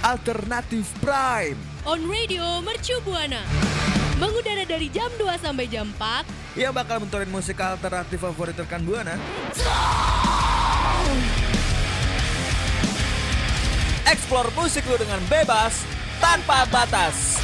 Alternatif Prime on Radio Mercu Buana. Mengudara dari jam 2 sampai jam 4 yang bakal mentorin musik alternatif favorit rekan Buana. Explore musik lu dengan bebas tanpa batas.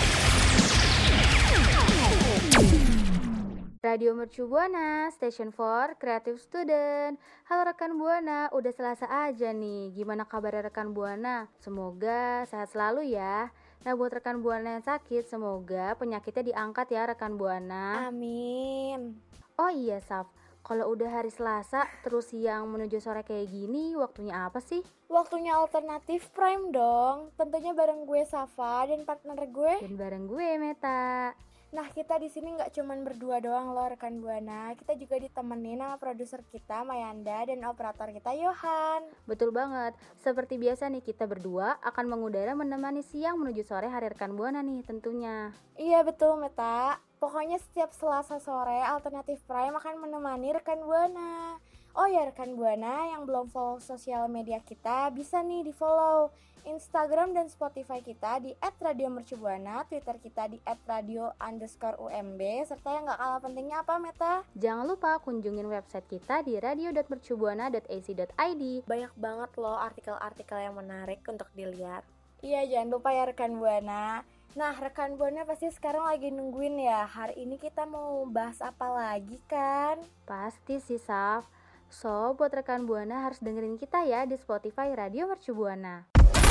Radio Mercu Buana, Station for Creative Student. Halo rekan Buana, udah Selasa aja nih. Gimana kabar rekan Buana? Semoga sehat selalu ya. Nah buat rekan Buana yang sakit, semoga penyakitnya diangkat ya rekan Buana. Amin. Oh iya Saf, kalau udah hari Selasa terus siang menuju sore kayak gini, waktunya apa sih? Waktunya Alternatif Prime dong. Tentunya bareng gue Safa dan partner gue. Dan bareng gue Meta. Nah kita di sini nggak cuman berdua doang loh rekan Buana. Kita juga ditemenin sama produser kita Mayanda dan operator kita Yohan. Betul banget. Seperti biasa nih kita berdua akan mengudara menemani siang menuju sore hari rekan Buana nih tentunya. Iya betul Meta. Pokoknya setiap Selasa sore Alternatif Prime akan menemani rekan Buana. Oh ya rekan Buana yang belum follow sosial media kita bisa nih di follow Instagram dan Spotify kita di @radiomercubuana, Twitter kita di @radio_UMB, serta yang gak kalah pentingnya apa Meta? Jangan lupa kunjungin website kita di radio.mercubuana.ac.id. Banyak banget loh artikel-artikel yang menarik untuk dilihat. Iya jangan lupa ya rekan Buana. Nah rekan Buana pasti sekarang lagi nungguin ya, hari ini kita mau bahas apa lagi kan? Pasti sih Saf. So buat rekan Buana harus dengerin kita ya di Spotify Radio Mercu Buana.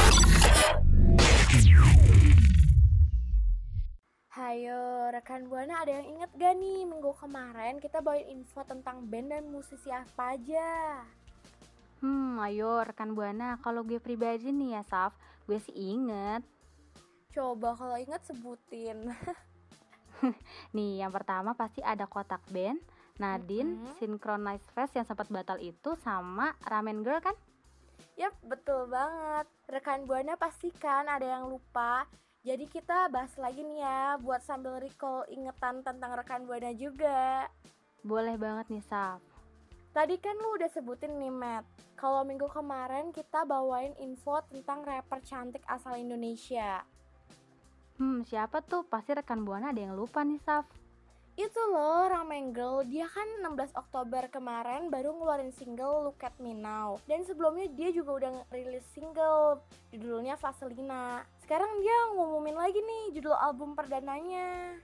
Hayo rekan Buana, ada yang inget gak nih minggu kemarin kita bawain info tentang band dan musisi apa aja? Ayo rekan Buana, kalau gue pribadi nih ya Saf, gue sih inget. Coba kalau inget sebutin. Nih yang pertama pasti ada Kotak Band, Nadine, Synchronized Fest yang sempat batal itu, sama Ramen Girl kan? Yap, betul banget. Rekan Buana pastikan ada yang lupa. Jadi kita bahas lagi nih ya, buat sambil recall ingetan tentang rekan Buana juga. Boleh banget nih Saf. Tadi kan lu udah sebutin nih Matt, kalau minggu kemarin kita bawain info tentang rapper cantik asal Indonesia. Siapa tuh? Pasti rekan Buana ada yang lupa nih Saf. Itu loh Ramen Girl, dia kan 16 Oktober kemarin baru ngeluarin single Look At Me Now. Dan sebelumnya dia juga udah rilis single, judulnya Vaselina. Sekarang dia ngumumin lagi nih judul album perdananya.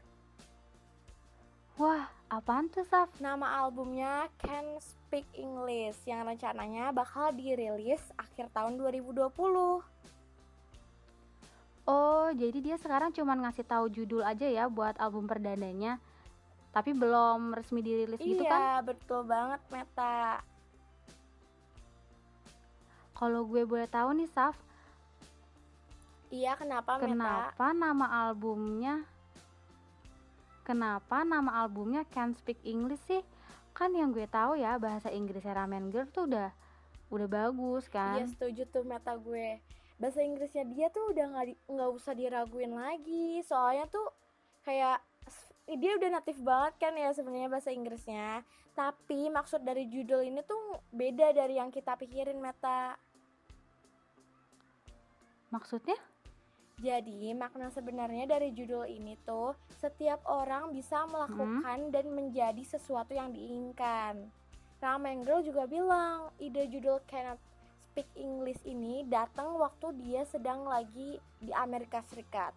Wah, apaan tuh Saf? Nama albumnya Can't Speak English, yang rencananya bakal dirilis akhir tahun 2020. Oh, jadi dia sekarang cuma ngasih tahu judul aja ya buat album perdananya. Tapi belum resmi dirilis gitu kan? Iya, betul banget Meta. Kalau gue boleh tahu nih Saf. Iya, kenapa Meta? Kenapa nama albumnya Can't Speak English sih? Kan yang gue tahu ya bahasa Inggrisnya Ramen Girl tuh udah bagus kan? Iya, setuju tuh Meta gue. Bahasa Inggrisnya dia tuh udah nggak usah diraguin lagi. Soalnya tuh kayak dia udah natif banget kan ya sebenarnya bahasa Inggrisnya. Tapi maksud dari judul ini tuh beda dari yang kita pikirin Meta. Maksudnya? Jadi makna sebenarnya dari judul ini tuh setiap orang bisa melakukan dan menjadi sesuatu yang diinginkan. Ramen Girl juga bilang ide judul Cannot Speak English ini datang waktu dia sedang lagi di Amerika Serikat.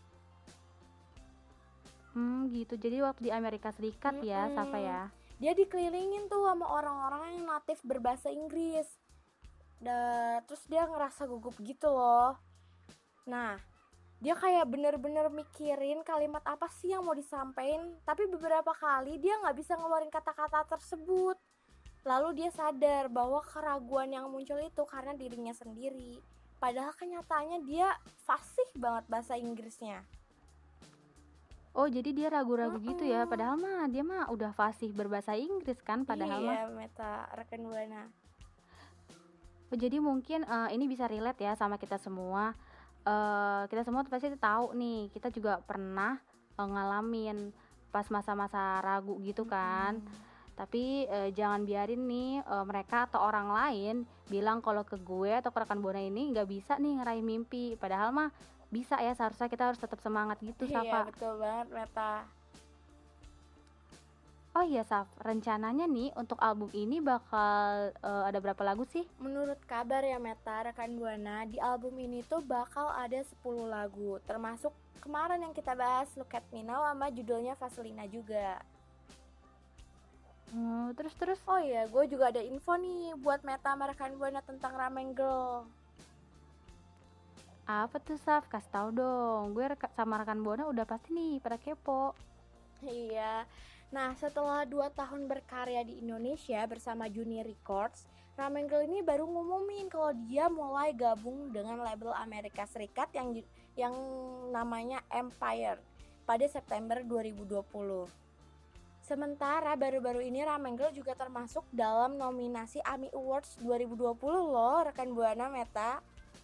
Gitu. Jadi waktu di Amerika Serikat ya, Safa ya. Dia dikelilingin tuh sama orang-orang yang natif berbahasa Inggris. Terus dia ngerasa gugup gitu loh. Nah, dia kayak bener-bener mikirin kalimat apa sih yang mau disampaikan. Tapi beberapa kali dia gak bisa ngeluarin kata-kata tersebut. Lalu dia sadar bahwa keraguan yang muncul itu karena dirinya sendiri. Padahal kenyataannya dia fasih banget bahasa Inggrisnya. Oh, jadi dia ragu-ragu gitu ya. Padahal mah dia mah udah fasih berbahasa Inggris kan padahal mah. Iya, Meta, rekan Buana. Oh, jadi mungkin ini bisa relate ya sama kita semua. Kita semua pasti tahu nih, kita juga pernah ngalamin pas masa-masa ragu gitu kan. Tapi jangan biarin nih mereka atau orang lain bilang kalau ke gue atau ke rekan Buana ini nggak bisa nih ngeraih mimpi. Padahal mah bisa ya, seharusnya kita harus tetap semangat gitu, Iya, Safa. betul banget, Meta. Oh iya, Saf, rencananya nih untuk album ini bakal ada berapa lagu sih? Menurut kabar ya Meta, rekan Buana, di album ini tuh bakal ada 10 lagu, termasuk kemarin yang kita bahas Look at Me Now sama judulnya Vaselina juga. Terus. Oh iya, gue juga ada info nih buat Meta sama rekan Buana tentang Ramen Girl. Apa tuh, Saf? Kasih tahu dong. Gue sama rekan Buana udah pasti nih pada kepo. Iya. Nah, setelah 2 tahun berkarya di Indonesia bersama Juni Records, Ramen Girl ini baru ngumumin kalau dia mulai gabung dengan label Amerika Serikat yang namanya Empire pada September 2020. Sementara baru-baru ini Ramen Girl juga termasuk dalam nominasi AMI Awards 2020 loh, rekan Buana, Meta.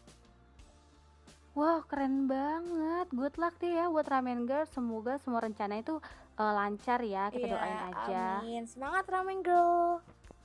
Wah, keren banget. Good luck deh ya buat Ramen Girl. Semoga semua rencana itu lancar ya. Kita doain aja. Amin. Semangat Ramen Girl.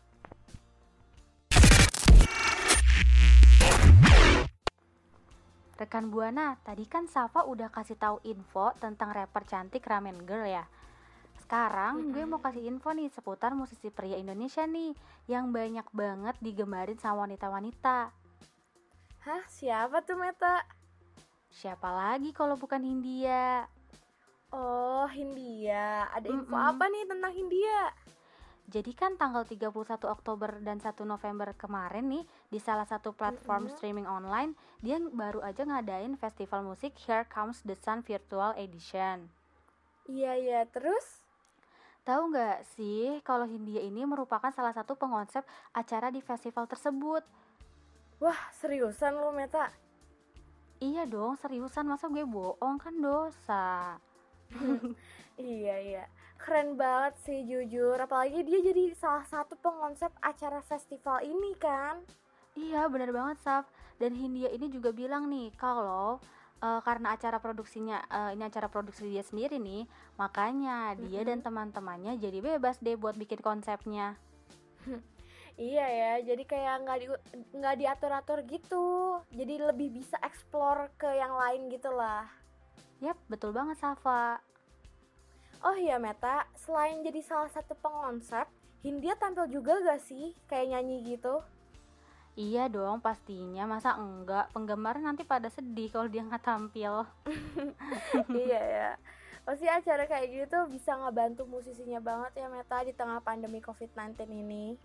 Rekan Buana, tadi kan Safa udah kasih tahu info tentang rapper cantik Ramen Girl ya. Sekarang gue mau kasih info nih seputar musisi pria Indonesia nih yang banyak banget digemarin sama wanita-wanita. Hah, siapa tuh, Meta? Siapa lagi kalau bukan Hindia? Oh, Hindia. Ada info apa nih tentang Hindia? Jadi kan tanggal 31 Oktober dan 1 November kemarin nih di salah satu platform streaming online, dia baru aja ngadain festival musik Here Comes the Sun Virtual Edition. Iya, terus? Tahu nggak sih kalau Hindia ini merupakan salah satu pengonsep acara di festival tersebut? Wah, seriusan lu, Meta? Iya dong, seriusan, masa gue bohong, kan dosa. Iya. Keren banget sih jujur, apalagi dia jadi salah satu pengonsep acara festival ini kan. Iya, benar banget, Saf. Dan Hindia ini juga bilang nih kalau karena acara produksinya ini acara produksi dia sendiri nih, makanya dia dan teman-temannya jadi bebas deh buat bikin konsepnya. Iya ya, jadi kayak nggak diatur-atur gitu, jadi lebih bisa explore ke yang lain gitu lah. Yap, betul banget, Safa. Oh iya Meta, selain jadi salah satu pengonsep, Hindia tampil juga gak sih kayak nyanyi gitu? Iya dong, pastinya, masa enggak? Penggemar nanti pada sedih kalau dia nggak tampil. Iya ya, pasti acara kayak gitu bisa ngebantu musisinya banget ya Meta di tengah pandemi COVID-19 ini.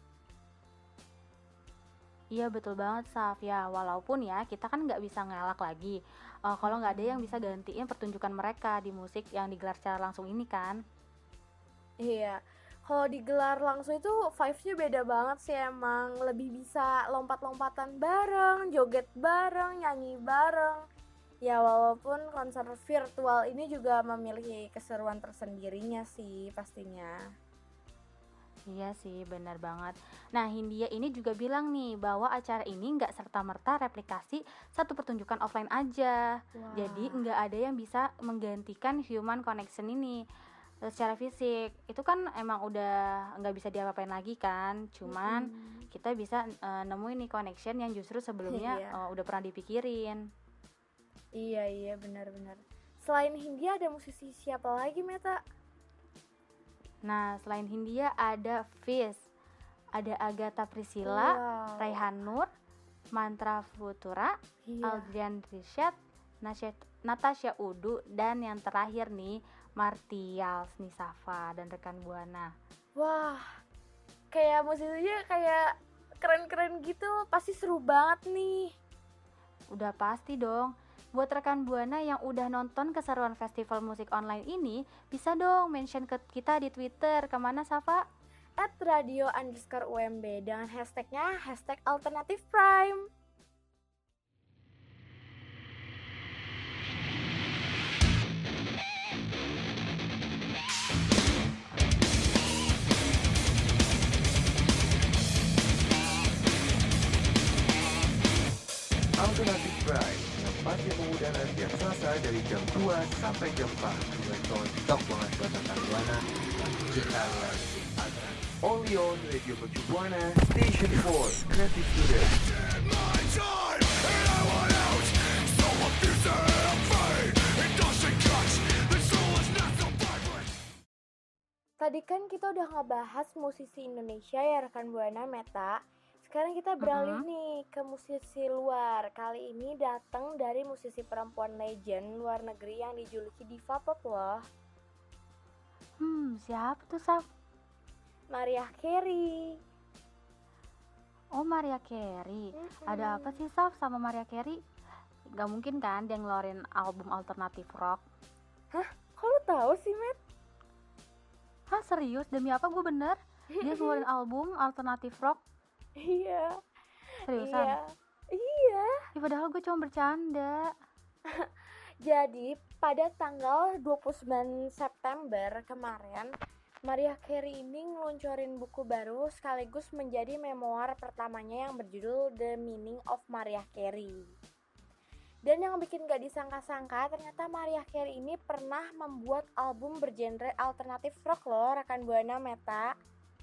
Iya, betul banget, Saf. Ya, walaupun ya kita kan nggak bisa ngelak lagi kalau nggak ada yang bisa gantiin pertunjukan mereka di musik yang digelar secara langsung ini kan. Iya, kalau digelar langsung itu vibes-nya beda banget sih emang. Lebih bisa lompat-lompatan bareng, joget bareng, nyanyi bareng. Ya walaupun konser virtual ini juga memiliki keseruan tersendirinya sih pastinya. Iya sih, benar banget. Nah, Hindia ini juga bilang nih bahwa acara ini nggak serta-merta replikasi satu pertunjukan offline aja. Wah. Jadi nggak ada yang bisa menggantikan human connection ini secara fisik. Itu kan emang udah nggak bisa diapa-apain lagi kan. Cuman kita bisa nemuin nih connection yang justru sebelumnya udah pernah dipikirin. Iya, benar-benar. Selain Hindia ada musisi siapa lagi, Meta? Nah, selain Hindia ada Fizz, ada Agatha Priscilla, Raihan Nur, Mantra Futura, Aldrian Rishad, Natasha Udu, dan yang terakhir nih Martials nih, Safa dan rekan Buana. Wah, kayak musisinya kayak keren-keren gitu, pasti seru banget nih. Udah pasti dong. Buat rekan Buana yang udah nonton keseruan festival musik online ini, bisa dong mention ke kita di Twitter. Kemana, Safa? @radio_UMB dengan hashtagnya #alternatifprime. Alternatif Prime, tempat yang mengudara setiap Selasa dari jam 2 sampai jam 4 dengan TikTok banget buat rekan Buana. Kita lagi alternatif. Only on Radio Mercu Buana Station for Creative Student. Tadi kan kita udah ngebahas musisi Indonesia ya rekan Buana Meta. Sekarang kita beralih nih ke musisi luar. Kali ini datang dari musisi perempuan legend luar negeri yang dijuluki Diva Pop loh. Siapa tuh, Saf? Mariah Carey. Oh, Mariah Carey. Ada apa sih, Saf, sama Mariah Carey? Gak mungkin kan dia ngeluarin album alternatif rock? Hah? Kok lu tahu sih, Met? Hah, serius? Demi apa gue bener? Dia ngeluarin album alternatif rock? Iya. Seriusan? Iya. Ya, padahal gue cuma bercanda. Jadi pada tanggal 29 September kemarin, Mariah Carey ini ngeluncurin buku baru sekaligus menjadi memoir pertamanya yang berjudul The Meaning of Mariah Carey. Dan yang bikin gak disangka-sangka, ternyata Mariah Carey ini pernah membuat album bergenre alternatif rock loh, rekan Buana Meta.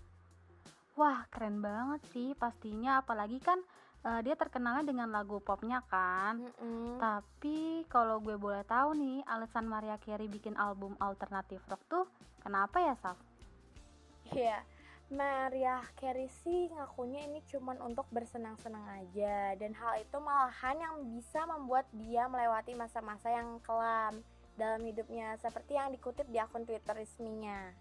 Wah, keren banget sih pastinya, apalagi kan dia terkenalnya dengan lagu popnya kan. Tapi kalau gue boleh tahu nih, alasan Mariah Carey bikin album alternatif rock tuh kenapa ya, Saf? Iya, Mariah Carey sih ngakunya ini cuman untuk bersenang-senang aja. Dan hal itu malahan yang bisa membuat dia melewati masa-masa yang kelam dalam hidupnya, seperti yang dikutip di akun Twitter resminya.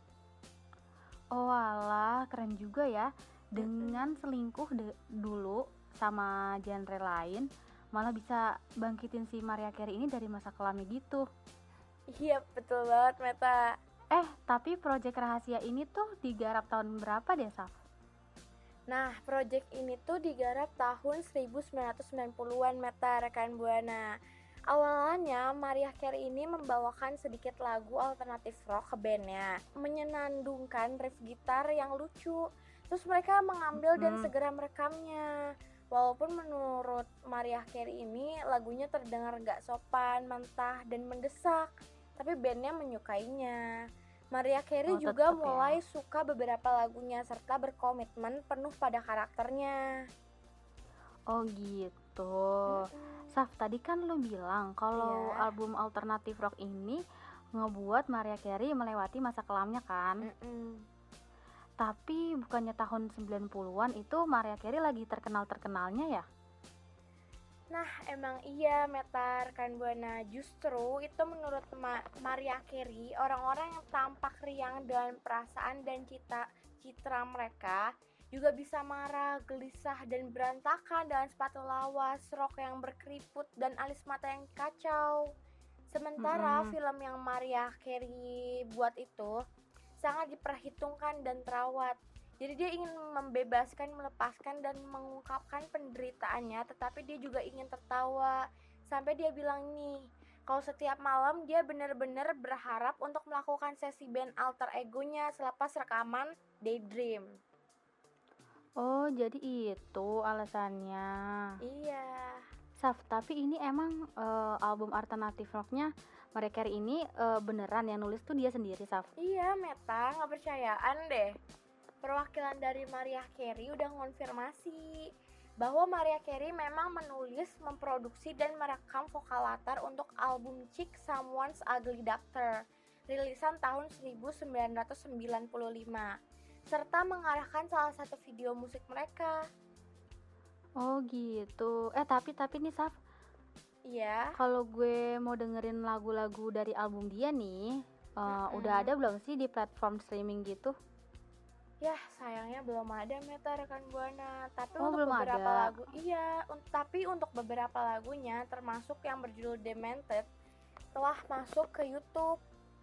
Oh alah, keren juga ya. Dengan selingkuh dulu sama genre lain, malah bisa bangkitin si Mariah Carey ini dari masa kelamnya gitu. Iya, betul banget, Meta. Tapi proyek rahasia ini tuh digarap tahun berapa deh, Saf? Nah, proyek ini tuh digarap tahun 1990-an, Meta, rekan Buana. Awalnya Mariah Carey ini membawakan sedikit lagu alternatif rock ke bandnya, menyenandungkan riff gitar yang lucu. Terus mereka mengambil dan segera merekamnya. Walaupun menurut Mariah Carey ini lagunya terdengar gak sopan, mentah, dan mendesak, tapi bandnya menyukainya. Mariah Carey juga mulai suka beberapa lagunya serta berkomitmen penuh pada karakternya. Oh gitu. Saf, tadi kan lu bilang kalau album alternatif rock ini ngebuat Mariah Carey melewati masa kelamnya kan? Tapi bukannya tahun 90-an itu Mariah Carey lagi terkenal-terkenalnya ya? Nah, emang iya, Meta, rekan Buana. Justru itu menurut Mariah Carey, orang-orang yang tampak riang dengan perasaan dan citra mereka juga bisa marah, gelisah, dan berantakan dengan sepatu lawas, rok yang berkeriput, dan alis mata yang kacau. Sementara film yang Mariah Carey buat itu sangat diperhitungkan dan terawat. Jadi dia ingin membebaskan, melepaskan, dan mengungkapkan penderitaannya, tetapi dia juga ingin tertawa. Sampai dia bilang nih, kalau setiap malam dia benar-benar berharap untuk melakukan sesi band alter egonya selepas rekaman Daydream. Oh, jadi itu alasannya. Iya. Saf, tapi ini emang album alternatif rocknya Mariah Carey ini beneran yang nulis tuh dia sendiri, Saf? Iya, Meta, gak percayaan deh. Perwakilan dari Mariah Carey udah ngonfirmasi bahwa Mariah Carey memang menulis, memproduksi, dan merekam vokal latar untuk album Chick Someone's Ugly Doctor rilisan tahun 1995 serta mengarahkan salah satu video musik mereka. Oh gitu. Tapi nih, Saf, Iya. kalau gue mau dengerin lagu-lagu dari album dia nih, udah ada belum sih di platform streaming gitu? Ya, sayangnya belum ada, Meta, rekan Buana. Tapi belum untuk beberapa ada. lagu, tapi untuk beberapa lagunya termasuk yang berjudul Demented telah masuk ke YouTube.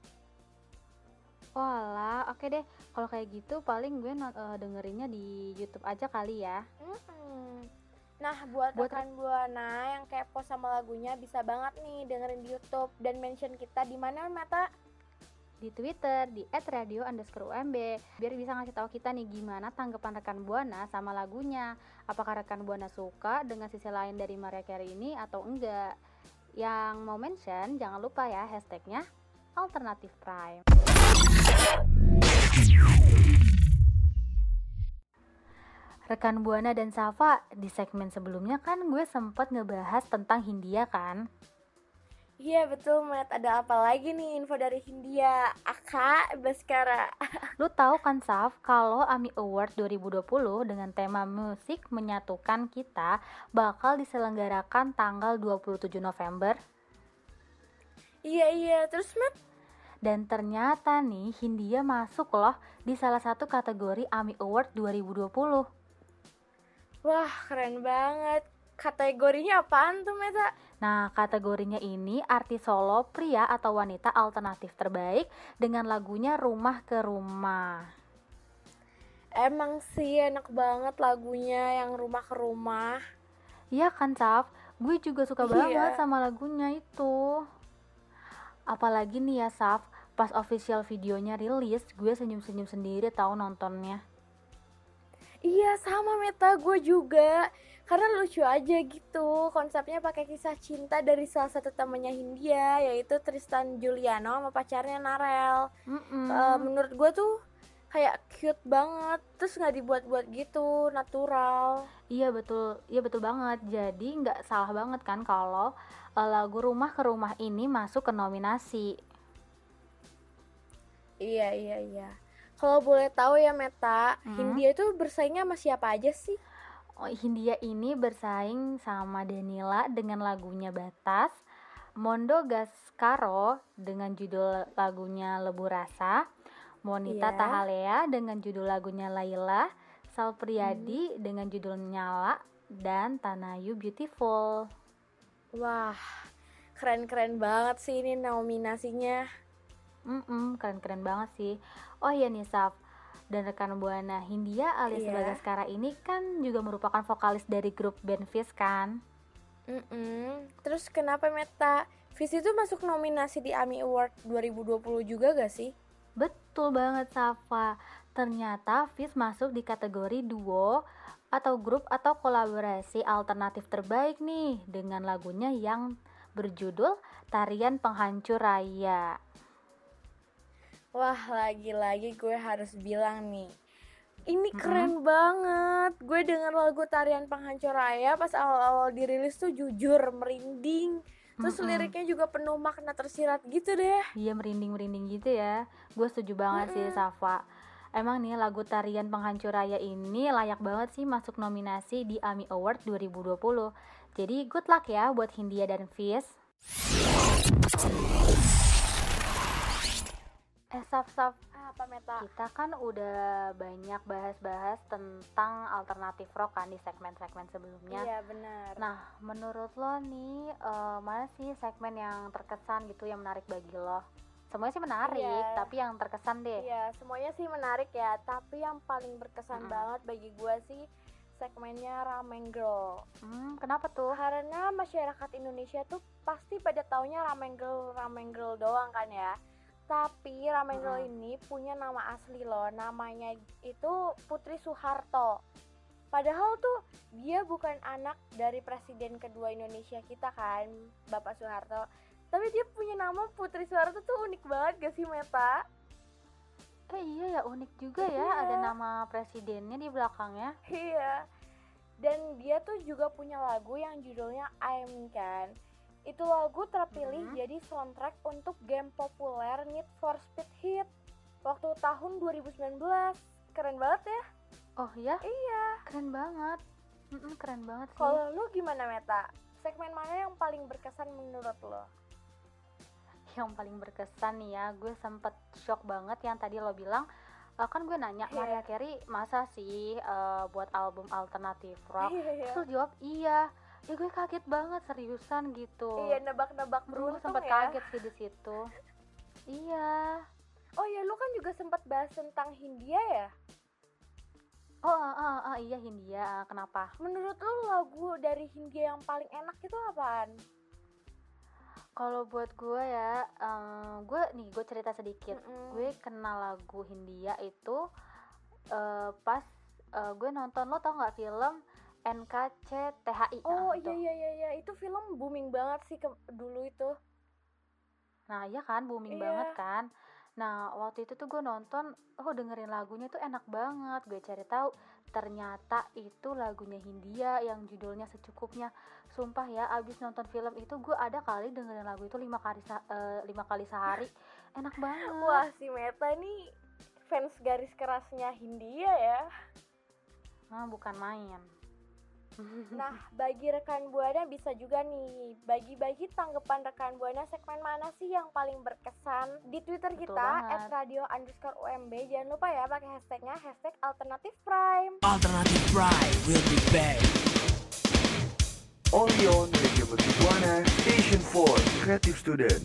Walah, oke deh. Kalau kayak gitu paling gue dengerinnya di YouTube aja kali ya. Nah, buat rekan Buana yang kepo sama lagunya bisa banget nih dengerin di YouTube dan mention kita di mana, Meta? Di Twitter di @radio_UMB biar bisa ngasih tahu kita nih gimana tanggapan rekan Buana sama lagunya. Apakah rekan Buana suka dengan sisi lain dari Mariah Carey ini atau enggak? Yang mau mention jangan lupa ya hashtagnya Alternative Prime. Rekan Buana dan Safa, di segmen sebelumnya kan gue sempet ngebahas tentang Hindia kan? Iya betul Matt, ada apa lagi nih info dari Hindia? Aka Baskara. Lu tahu kan Saf, kalau AMI Award 2020 dengan tema musik menyatukan kita bakal diselenggarakan tanggal 27 November. Iya, terus Matt? Dan ternyata nih Hindia masuk loh di salah satu kategori AMI Award 2020. Wah keren banget. Kategorinya apaan tuh Meta? Nah, kategorinya ini artis solo pria atau wanita alternatif terbaik dengan lagunya Rumah ke Rumah. Emang sih enak banget lagunya yang Rumah ke Rumah. Iya kan, Saf? Gue juga suka banget sama lagunya itu. Apalagi nih ya, Saf, pas official videonya rilis, gue senyum-senyum sendiri tahu nontonnya. Iya sama Meta, gue juga. Karena lucu aja gitu, konsepnya pakai kisah cinta dari salah satu temannya Hindia, yaitu Tristan Juliano sama pacarnya Narel. Menurut gue tuh kayak cute banget, terus nggak dibuat-buat gitu, natural. Iya betul banget. Jadi nggak salah banget kan kalau lagu Rumah ke Rumah ini masuk ke nominasi. Iya. Kalau boleh tahu ya Meta, Hindia itu bersaingnya sama siapa aja sih? Hindia ini bersaing sama Danila dengan lagunya Batas, Mondo Gascaro dengan judul lagunya Lebu Rasa, Monita Tahalea dengan judul lagunya Laila, Sal Priadi dengan judul Nyala, dan Tanayu Beautiful. Wah, keren-keren banget sih ini nominasinya. Keren-keren banget sih. Oh iya nih Saf, dan rekan Buana, Hindia alias Bagaskara ini kan juga merupakan vokalis dari grup band Fish kan? Terus kenapa Meta? Fish itu masuk nominasi di AMI Award 2020 juga gak sih? Betul banget Safa. Ternyata Fish masuk di kategori duo atau grup atau kolaborasi alternatif terbaik nih dengan lagunya yang berjudul Tarian Penghancur Raya. Wah, lagi-lagi gue harus bilang nih, ini keren banget. Gue denger lagu Tarian Penghancur Raya pas awal-awal dirilis tuh jujur merinding. Terus liriknya juga penuh makna tersirat gitu deh. Iya, merinding-merinding gitu ya. Gue setuju banget sih Safa. Emang nih lagu Tarian Penghancur Raya ini layak banget sih masuk nominasi di AMI Award 2020. Jadi good luck ya buat Hindia dan Fish. Saf, apa Meta? kita kan udah banyak bahas-bahas tentang alternatif rock kan di segmen-segmen sebelumnya. Iya benar. Nah, menurut lo nih, mana sih segmen yang terkesan gitu yang menarik bagi lo? Semuanya sih menarik, tapi yang terkesan deh. Iya, semuanya sih menarik ya, tapi yang paling berkesan banget bagi gue sih segmennya Ramen Girl. Kenapa tuh? Karena masyarakat Indonesia tuh pasti pada taunya Ramen Girl doang kan ya. Tapi Ramen Girl ini punya nama asli loh, namanya itu Putri Soeharto. Padahal tuh dia bukan anak dari presiden kedua Indonesia kita kan, Bapak Soeharto. Tapi dia punya nama Putri Soeharto tuh unik banget gak sih Meta? Iya ya, unik juga ya, ada nama presidennya di belakangnya. Iya. Dan dia tuh juga punya lagu yang judulnya I'm kan. Itu lagu terpilih jadi soundtrack untuk game populer Need for Speed Heat waktu tahun 2019. Keren banget ya? Oh ya? Iya. Keren banget. Keren banget sih. Kalau lu gimana Meta? Segmen mana yang paling berkesan menurut lo? Yang paling berkesan nih ya, gue sempet shock banget yang tadi lo bilang. Kan gue nanya, Mariah Carey masa sih buat album alternatif rock? Terus lo jawab iya. Ya gue kaget banget, seriusan gitu. Iya, nebak-nebak beruntung gue sempet ya. kaget sih di situ. Iya. Oh ya, lu kan juga sempat bahas tentang Hindia ya? Iya Hindia. Kenapa? Menurut lu lagu dari Hindia yang paling enak itu apaan? Kalau buat gue ya, gue cerita sedikit. Gue kenal lagu Hindia itu pas gue nonton, lo tau nggak film NKCTHI? Oh iya, itu film booming banget sih dulu itu. Nah iya kan, booming banget kan. Nah, waktu itu tuh gue nonton, dengerin lagunya tuh enak banget. Gue cari tahu, ternyata itu lagunya Hindia yang judulnya Secukupnya. Sumpah ya, abis nonton film itu gue ada kali dengerin lagu itu 5 kali sehari. Enak banget. Wah, si Meta nih fans garis kerasnya Hindia ya. Nah, bukan main. Nah, bagi rekan Buana bisa juga nih bagi-bagi tanggapan rekan Buana segmen mana sih yang paling berkesan di Twitter Betul kita banget. @radio_UMB. Jangan lupa ya pakai hashtagnya #alternatifprime. Alternative Prime will be back. Only on Radio Mercu Buana Station for Creative Student.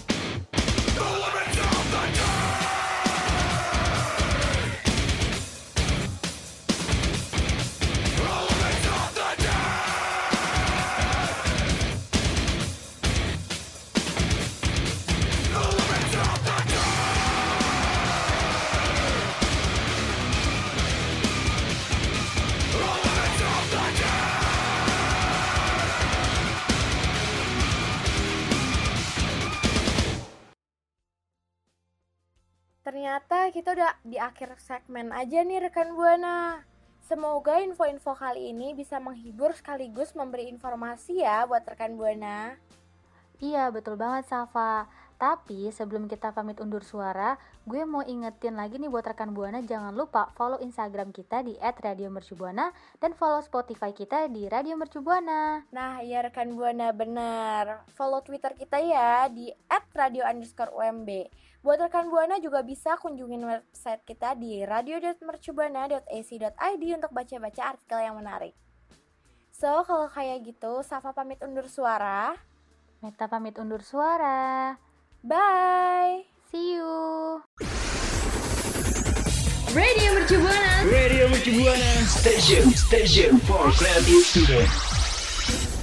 Ternyata kita udah di akhir segmen aja nih rekan Buana. Semoga info-info kali ini bisa menghibur sekaligus memberi informasi ya buat rekan Buana. Iya, betul banget Safa. Tapi sebelum kita pamit undur suara, gue mau ingetin lagi nih buat rekan Buana, jangan lupa follow Instagram kita di @radiomercubuana dan follow Spotify kita di Radio Mercu Buana. Nah, ya rekan Buana bener. Follow Twitter kita ya di @radio_UMB. Buat rekan Buana juga bisa kunjungin website kita di radio.mercubuana.ac.id untuk baca-baca artikel yang menarik. So, kalau kayak gitu, Safa pamit undur suara. Meta pamit undur suara. Bye! See you. Radio Mercu Buana. Radio Mercu Buana Station for Creative Student.